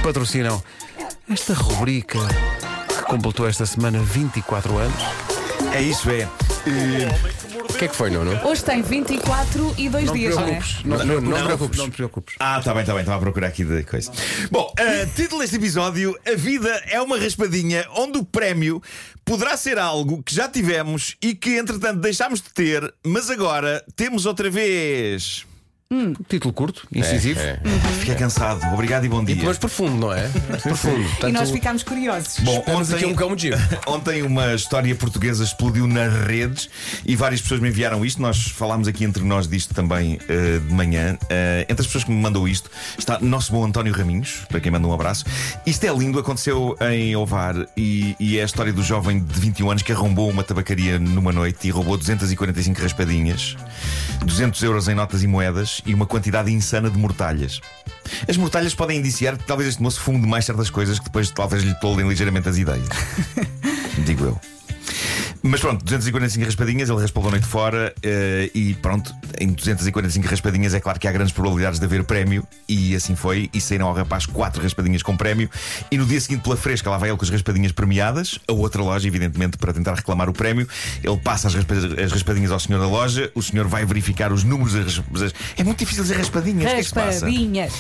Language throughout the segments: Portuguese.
patrocinam esta rubrica que completou esta semana 24 anos. É isso, é. O que é que foi, Nuno? Hoje tem 24 e 2 dias, não é? Não te preocupes. Tá bem, estava a procurar aqui de coisa. Bom, título deste episódio: A vida é uma raspadinha onde o prémio poderá ser algo que já tivemos e que entretanto deixámos de ter, mas agora temos outra vez. Título curto, incisivo. Fiquei cansado, obrigado e bom dia. Mas profundo, não é? Profundo. E nós ficámos curiosos. Bom, Temos aqui um bocão muito giro. Ontem uma história portuguesa explodiu nas redes e várias pessoas me enviaram isto. Nós falámos aqui entre nós disto também de manhã. Entre as pessoas que me mandou isto está nosso bom António Raminhos, para quem manda um abraço. Isto é lindo, aconteceu em Ovar e é a história do jovem de 21 anos que arrombou uma tabacaria numa noite e roubou 245 raspadinhas, 200 euros em notas e moedas e uma quantidade insana de mortalhas. As mortalhas podem indiciar que talvez este moço fume demais certas coisas que depois talvez lhe toldem ligeiramente as ideias. Digo eu. Mas pronto, 245 raspadinhas, ele raspou da noite fora e pronto, em 245 raspadinhas é claro que há grandes probabilidades de haver prémio. E assim foi, e saíram ao rapaz 4 raspadinhas com prémio. E no dia seguinte, pela fresca, lá vai ele com as raspadinhas premiadas a outra loja, evidentemente, para tentar reclamar o prémio. Ele passa as raspadinhas ao senhor da loja. O senhor vai verificar os números das... É muito difícil dizer raspadinhas, o que é que se passa? Raspadinhas.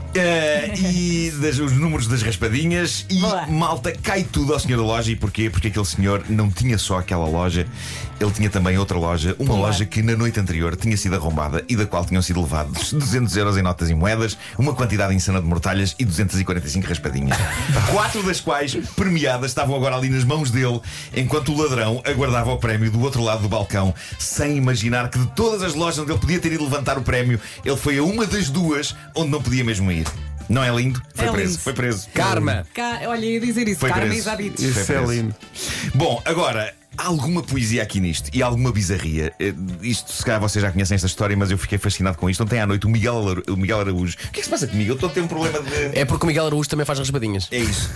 Os números das raspadinhas. E malta, cai tudo ao senhor da loja. E porquê? Porque aquele senhor não tinha só aquela loja, ele tinha também outra loja. Uma loja que na noite anterior tinha sido arrombada e da qual tinham sido levados 200 euros em notas e moedas, uma quantidade insana de mortalhas e 245 raspadinhas. 4 das quais premiadas estavam agora ali nas mãos dele, enquanto o ladrão aguardava o prémio do outro lado do balcão, sem imaginar que de todas as lojas onde ele podia ter ido levantar o prémio, ele foi a uma das duas onde não podia mesmo ir. Não é lindo? Foi preso. Lindo. Foi preso. Karma. Olha, ia dizer isso, Foi Carmen preso. Isabites. Foi Isso é preso. lindo. Bom, agora, há alguma poesia aqui nisto e alguma bizarria. Isto, se calhar vocês já conhecem esta história, mas eu fiquei fascinado com isto. Ontem à noite, o Miguel Araújo. O que é que se passa comigo? Eu estou a ter um problema de. É porque o Miguel Araújo também faz raspadinhas. É isso.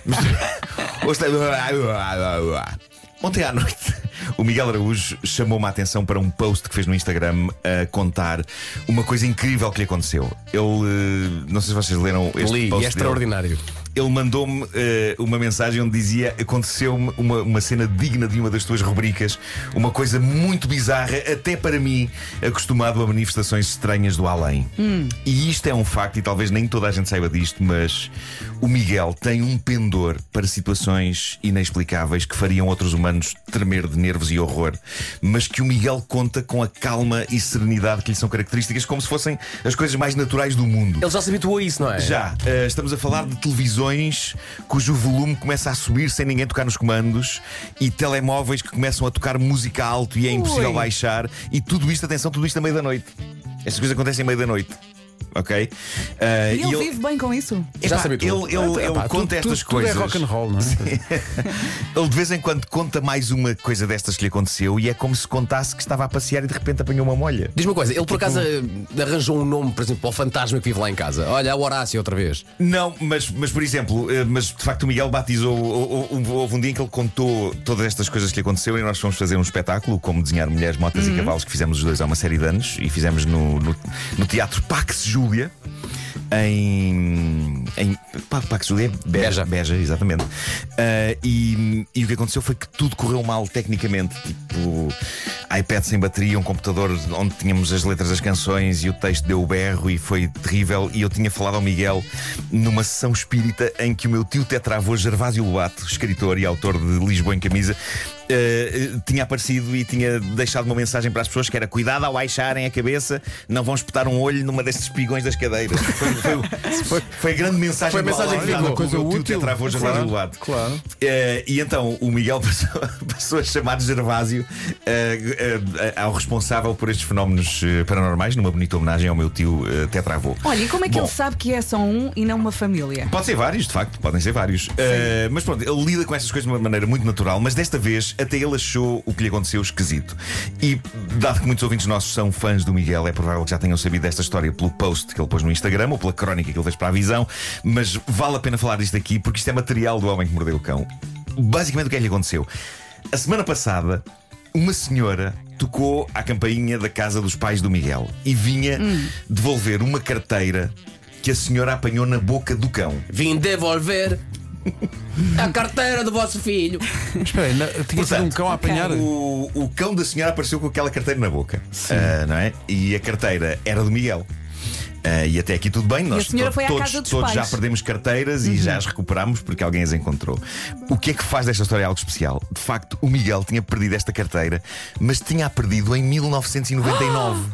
Ontem à noite, o Miguel Araújo chamou-me a atenção para um post que fez no Instagram a contar uma coisa incrível que lhe aconteceu. Ele, não sei se vocês leram este Li, post e é extraordinário. Ele mandou-me uma mensagem onde dizia: aconteceu-me uma cena digna de uma das tuas rubricas, uma coisa muito bizarra, até para mim, acostumado a manifestações estranhas do além. E isto é um facto, e talvez nem toda a gente saiba disto, mas o Miguel tem um pendor para situações inexplicáveis que fariam outros humanos tremer de nervos e horror, mas que o Miguel conta com a calma e serenidade que lhe são características, como se fossem as coisas mais naturais do mundo. Ele já se habituou a isso, não é? Já, estamos a falar de televisões cujo volume começa a subir sem ninguém tocar nos comandos e telemóveis que começam a tocar música alto e é impossível baixar. E tudo isto, atenção, tudo isto à meia da noite. Estas coisas acontecem à meia da noite. Ok? E ele vive bem com isso. Já se habituou. Ele conta estas coisas. Tudo é rock and roll, não é? Ele de vez em quando conta mais uma coisa destas que lhe aconteceu e é como se contasse que estava a passear e de repente apanhou uma molha. Diz-me uma coisa, ele por acaso arranjou um nome, por exemplo, ao fantasma que vive lá em casa. Olha, o Horácio outra vez. Não, mas por exemplo, mas de facto o Miguel batizou. Houve um dia em que ele contou todas estas coisas que lhe aconteceram e nós fomos fazer um espetáculo, como desenhar mulheres, motas e cavalos, que fizemos os dois há uma série de anos e fizemos no Teatro Pax Júlia. Em Pax Júlia, Beja, exatamente. E o que aconteceu foi que tudo correu mal tecnicamente. Tipo, iPad sem bateria, um computador onde tínhamos as letras das canções e o texto deu o berro e foi terrível. E eu tinha falado ao Miguel numa sessão espírita em que o meu tio tetravô Gervásio Lobato, escritor e autor de Lisboa em Camisa, tinha aparecido e tinha deixado uma mensagem para as pessoas que era: cuidado ao baixarem a cabeça, não vão espetar um olho numa destes espigões das cadeiras. Foi a grande mensagem. Foi a mensagem que ficou. Coisa o tio útil. tetravô Gervásio Lobato. Claro. E então o Miguel passou a chamar de Gervásio ao responsável por estes fenómenos paranormais, numa bonita homenagem ao meu tio tetravô. Olha, e como é que ele sabe que é só um e não uma família? Pode ser vários, de facto, podem ser vários. Mas pronto, ele lida com estas coisas de uma maneira muito natural, mas desta vez até ele achou o que lhe aconteceu esquisito. E dado que muitos ouvintes nossos são fãs do Miguel, é provável que já tenham sabido desta história pelo post que ele pôs no Instagram ou pela crónica que ele fez para a Visão, mas vale a pena falar disto aqui porque isto é material do Homem que Mordeu o Cão. Basicamente o que é que lhe aconteceu? A semana passada, uma senhora tocou à campainha da casa dos pais do Miguel e vinha devolver uma carteira que a senhora apanhou na boca do cão. Vim devolver a carteira do vosso filho. Espera aí, tinha sido um cão a apanhar. O cão da senhora apareceu com aquela carteira na boca, não é? E a carteira era do Miguel. E até aqui tudo bem, nós a senhora foi à casa dos todos pais. já perdemos carteiras e já as recuperámos porque alguém as encontrou. O que é que faz desta história algo especial? De facto, o Miguel tinha perdido esta carteira, mas tinha-a perdido em 1999.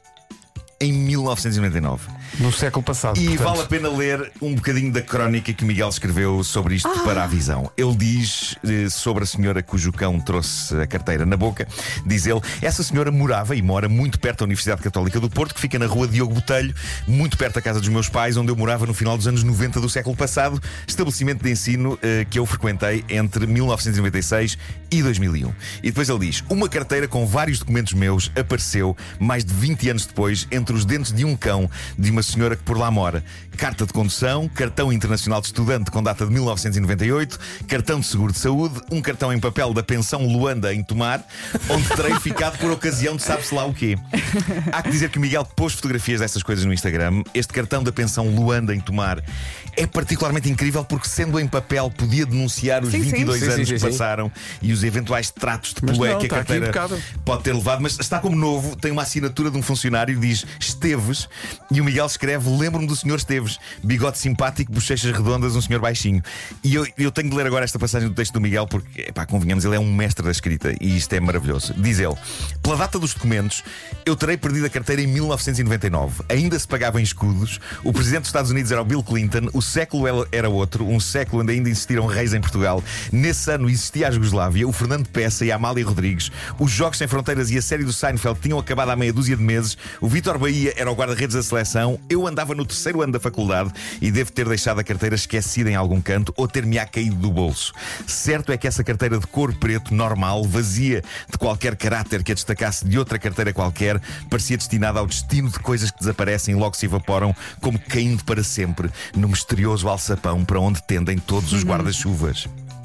Em 1999. No século passado. E portanto, vale a pena ler um bocadinho da crónica que o Miguel escreveu sobre isto para a Visão. Ele diz sobre a senhora cujo cão trouxe a carteira na boca. Diz ele: essa senhora morava e mora muito perto da Universidade Católica do Porto, que fica na rua Diogo Botelho, muito perto da casa dos meus pais, onde eu morava no final dos anos 90 do século passado, estabelecimento de ensino que eu frequentei entre 1996 e 2001. E depois ele diz: uma carteira com vários documentos meus apareceu mais de 20 anos depois entre os dentes de um cão de uma senhora que por lá mora. Carta de condução, cartão internacional de estudante com data de 1998, cartão de seguro de saúde, um cartão em papel da pensão Luanda em Tomar, onde terei ficado por ocasião de sabe-se lá o quê. Há que dizer que o Miguel pôs fotografias dessas coisas no Instagram. Este cartão da pensão Luanda em Tomar é particularmente incrível porque, sendo em papel, podia denunciar os 22 anos que passaram e os eventuais tratos de pulé que a carteira pode ter levado. Mas está como novo, tem uma assinatura de um funcionário, diz Esteves, e o Miguel escreve: lembro-me do Sr. Esteves, bigode simpático, bochechas redondas, um senhor baixinho. E eu tenho de ler agora esta passagem do texto do Miguel porque, convenhamos, ele é um mestre da escrita e isto é maravilhoso. Diz ele: pela data dos documentos, eu terei perdido a carteira em 1999. Ainda se pagava em escudos, o presidente dos Estados Unidos era o Bill Clinton, o século era outro, um século onde ainda existiram reis em Portugal. Nesse ano existia a Jugoslávia, o Fernando Peça e a Amália Rodrigues, os Jogos Sem Fronteiras e a série do Seinfeld tinham acabado há meia dúzia de meses, o Vítor Bahia era o guarda-redes da seleção, eu andava no terceiro ano da faculdade e devo ter deixado a carteira esquecida em algum canto ou ter-me-á caído do bolso. Certo é que essa carteira de couro preto, normal, vazia de qualquer caráter que a destacasse de outra carteira qualquer, parecia destinada ao destino de coisas que desaparecem e logo se evaporam, como caindo para sempre no misterioso alçapão para onde tendem todos os guarda-chuvas.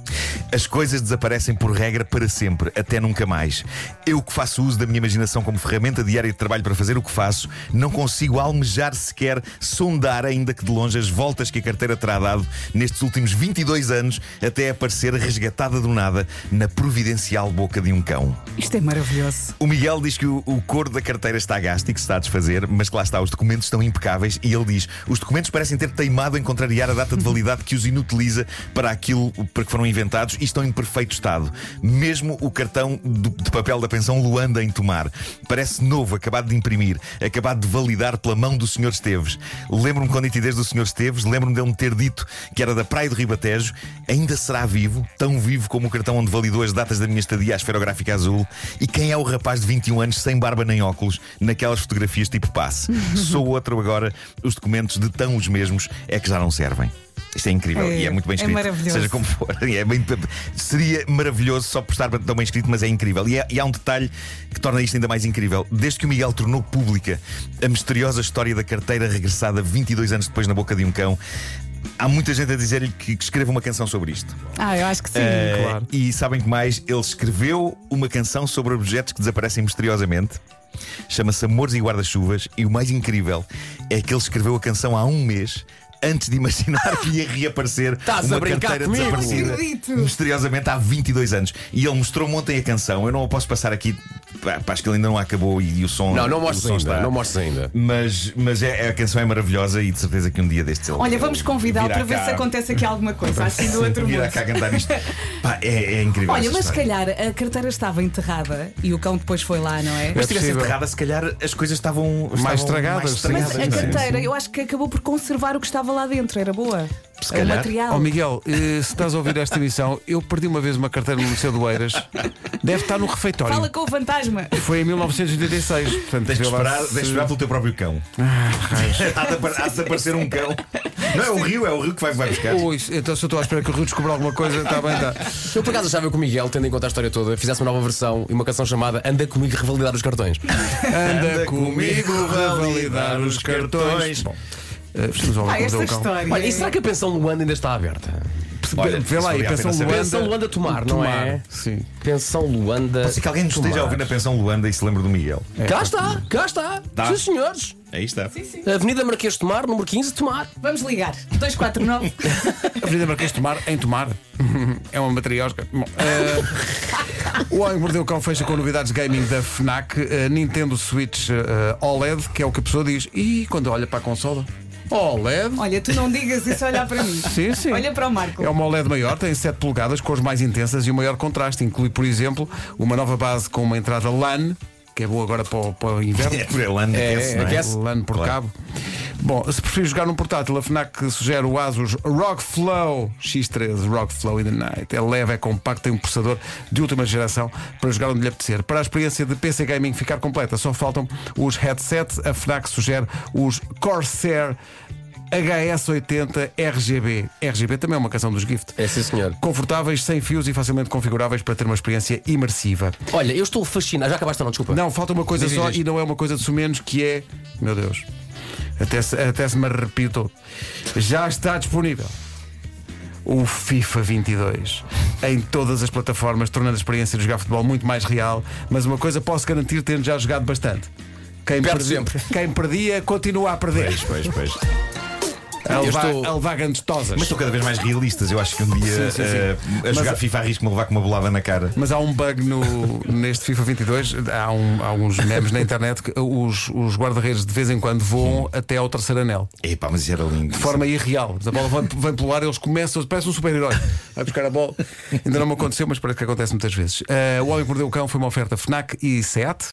As coisas desaparecem por regra para sempre, até nunca mais. Eu que faço uso da minha imaginação como ferramenta diária de trabalho para fazer o que faço, não consigo almejar sequer sondar, ainda que de longe, as voltas que a carteira terá dado nestes últimos 22 anos até aparecer resgatada do nada na providencial boca de um cão. Isto é maravilhoso. O Miguel diz que o couro da carteira está gasto e que se está a desfazer, mas que lá está, os documentos estão impecáveis. E ele diz: os documentos parecem ter teimado em contrariar a data de validade que os inutiliza para aquilo para que foram inventados e estão em perfeito estado. Mesmo o cartão de papel da pensão Luanda em Tomar parece novo, acabado de imprimir, acabado de validar pela mão do Sr. Esteves. Lembro-me com a nitidez do Sr. Esteves, lembro-me dele me ter dito que era da Praia do Ribatejo. Ainda será vivo, tão vivo como o cartão onde validou as datas da minha estadia à Esferográfica Azul. E quem é o rapaz de 21 anos sem barba nem óculos naquelas fotografias tipo passe? Sou outro agora, os documentos de tão os mesmos é que já não servem. Isto é incrível e é muito bem escrito. É maravilhoso. Seja como for, seria maravilhoso só por estar tão bem escrito, mas é incrível. E há um detalhe que torna isto ainda mais incrível. Desde que o Miguel tornou pública a misteriosa história da carteira regressada 22 anos depois na boca de um cão, há muita gente a dizer-lhe que escreva uma canção sobre isto. Eu acho que sim, claro. E sabem que mais? Ele escreveu uma canção sobre objetos que desaparecem misteriosamente. Chama-se Amores e Guarda-Chuvas. E o mais incrível é que ele escreveu a canção há um mês antes de imaginar que ia reaparecer uma carteira desaparecida misteriosamente há 22 anos. E ele mostrou-me ontem a canção. Eu não a posso passar aqui, acho que ele ainda não acabou e o som. Não mostres ainda, está. Não mostres ainda. Mas a canção é maravilhosa e de certeza que um dia destes ele. Olha, vamos convidá-lo para ver se acontece aqui alguma coisa. Assim do outro mundo. Virá cá cantar isto. É incrível. Olha, mas se calhar a carteira estava enterrada e o cão depois foi lá, não é? Mas se estivesse enterrada, se calhar as coisas estavam mais estragadas. Mas a carteira, eu acho que acabou por conservar o que estava lá dentro, era boa. O material. Miguel, se estás a ouvir esta emissão, eu perdi uma vez uma carteira no Liceu do Eiras. Deve estar no refeitório. Fala com o fantasma. Foi em 1986. Portanto, deixa esperar pelo teu próprio cão. Há de aparecer um cão. Não é o rio que vai buscar. Então se eu estou à espera que o Rio descubra alguma coisa, está bem, está. Eu por acaso achava que o Miguel, tendo em conta a história toda, fizesse uma nova versão e uma canção chamada Anda Comigo Revalidar os Cartões. Anda comigo revalidar os cartões. Bom, esta história. Olha, e será que a pensão Luanda ainda está aberta? Olha, vê lá isso aí, valia a pensão pena saber. Luanda. Pensão Luanda Tomar, não é? Sim. Pensão Luanda. Pode ser que alguém nos esteja a ouvir na pensão Luanda e se lembre do Miguel. Cá está. Tá. Sim, senhores. Aí está. Avenida Marquês de Tomar, número 15, Tomar. Vamos ligar. 249. Avenida Marquês de Tomar, em Tomar. É uma matriosca. Bom, o Homem que Mordeu o Cão fecha com novidades gaming da FNAC, Nintendo Switch OLED, que é o que a pessoa diz. E quando olha para a consola, OLED. Olha, tu não digas isso a olhar para mim. Sim, sim. Olha para o Marco. É uma OLED maior, tem 7 polegadas, cores mais intensas e o maior contraste. Inclui, por exemplo, uma nova base com uma entrada LAN, que é boa agora para o inverno. É por Elano, aquece. LAN por Claro. cabo. Bom, se preferir jogar num portátil, a FNAC sugere o Asus ROG Flow X13, ROG Flow in the Night. É leve, é compacto, tem um processador de última geração para jogar onde lhe apetecer. Para a experiência de PC Gaming ficar completa, só faltam os headsets. A FNAC sugere os Corsair HS80 RGB. RGB também é uma canção dos Gift. É sim, senhor. Confortáveis, sem fios e facilmente configuráveis para ter uma experiência imersiva. Olha, eu estou fascinado. Já acabaste ou não? Desculpa. Não, falta uma coisa Diz, só diz. e não é uma coisa de sumenos, que é, meu Deus, até se me arrepio todo. Já está disponível o FIFA 22 em todas as plataformas, tornando a experiência de jogar futebol muito mais real. Mas uma coisa posso garantir, tendo já jogado bastante: quem perdia continua a perder. Pois. A levar grandes tosas. Mas estão cada vez mais realistas. Eu acho que um dia Sim. a jogar FIFA arrisco-me a levar com uma bolada na cara. Mas há um bug neste FIFA 22. Há alguns memes na internet que os guarda-redes de vez em quando voam até ao terceiro anel Epá, mas isso era lindo. de forma irreal. A bola vem pelo ar, eles começam, parece um super-herói. Vai buscar a bola. Ainda não me aconteceu, mas parece que acontece muitas vezes. O Homem que Mordeu o Cão foi uma oferta FNAC e SEAT.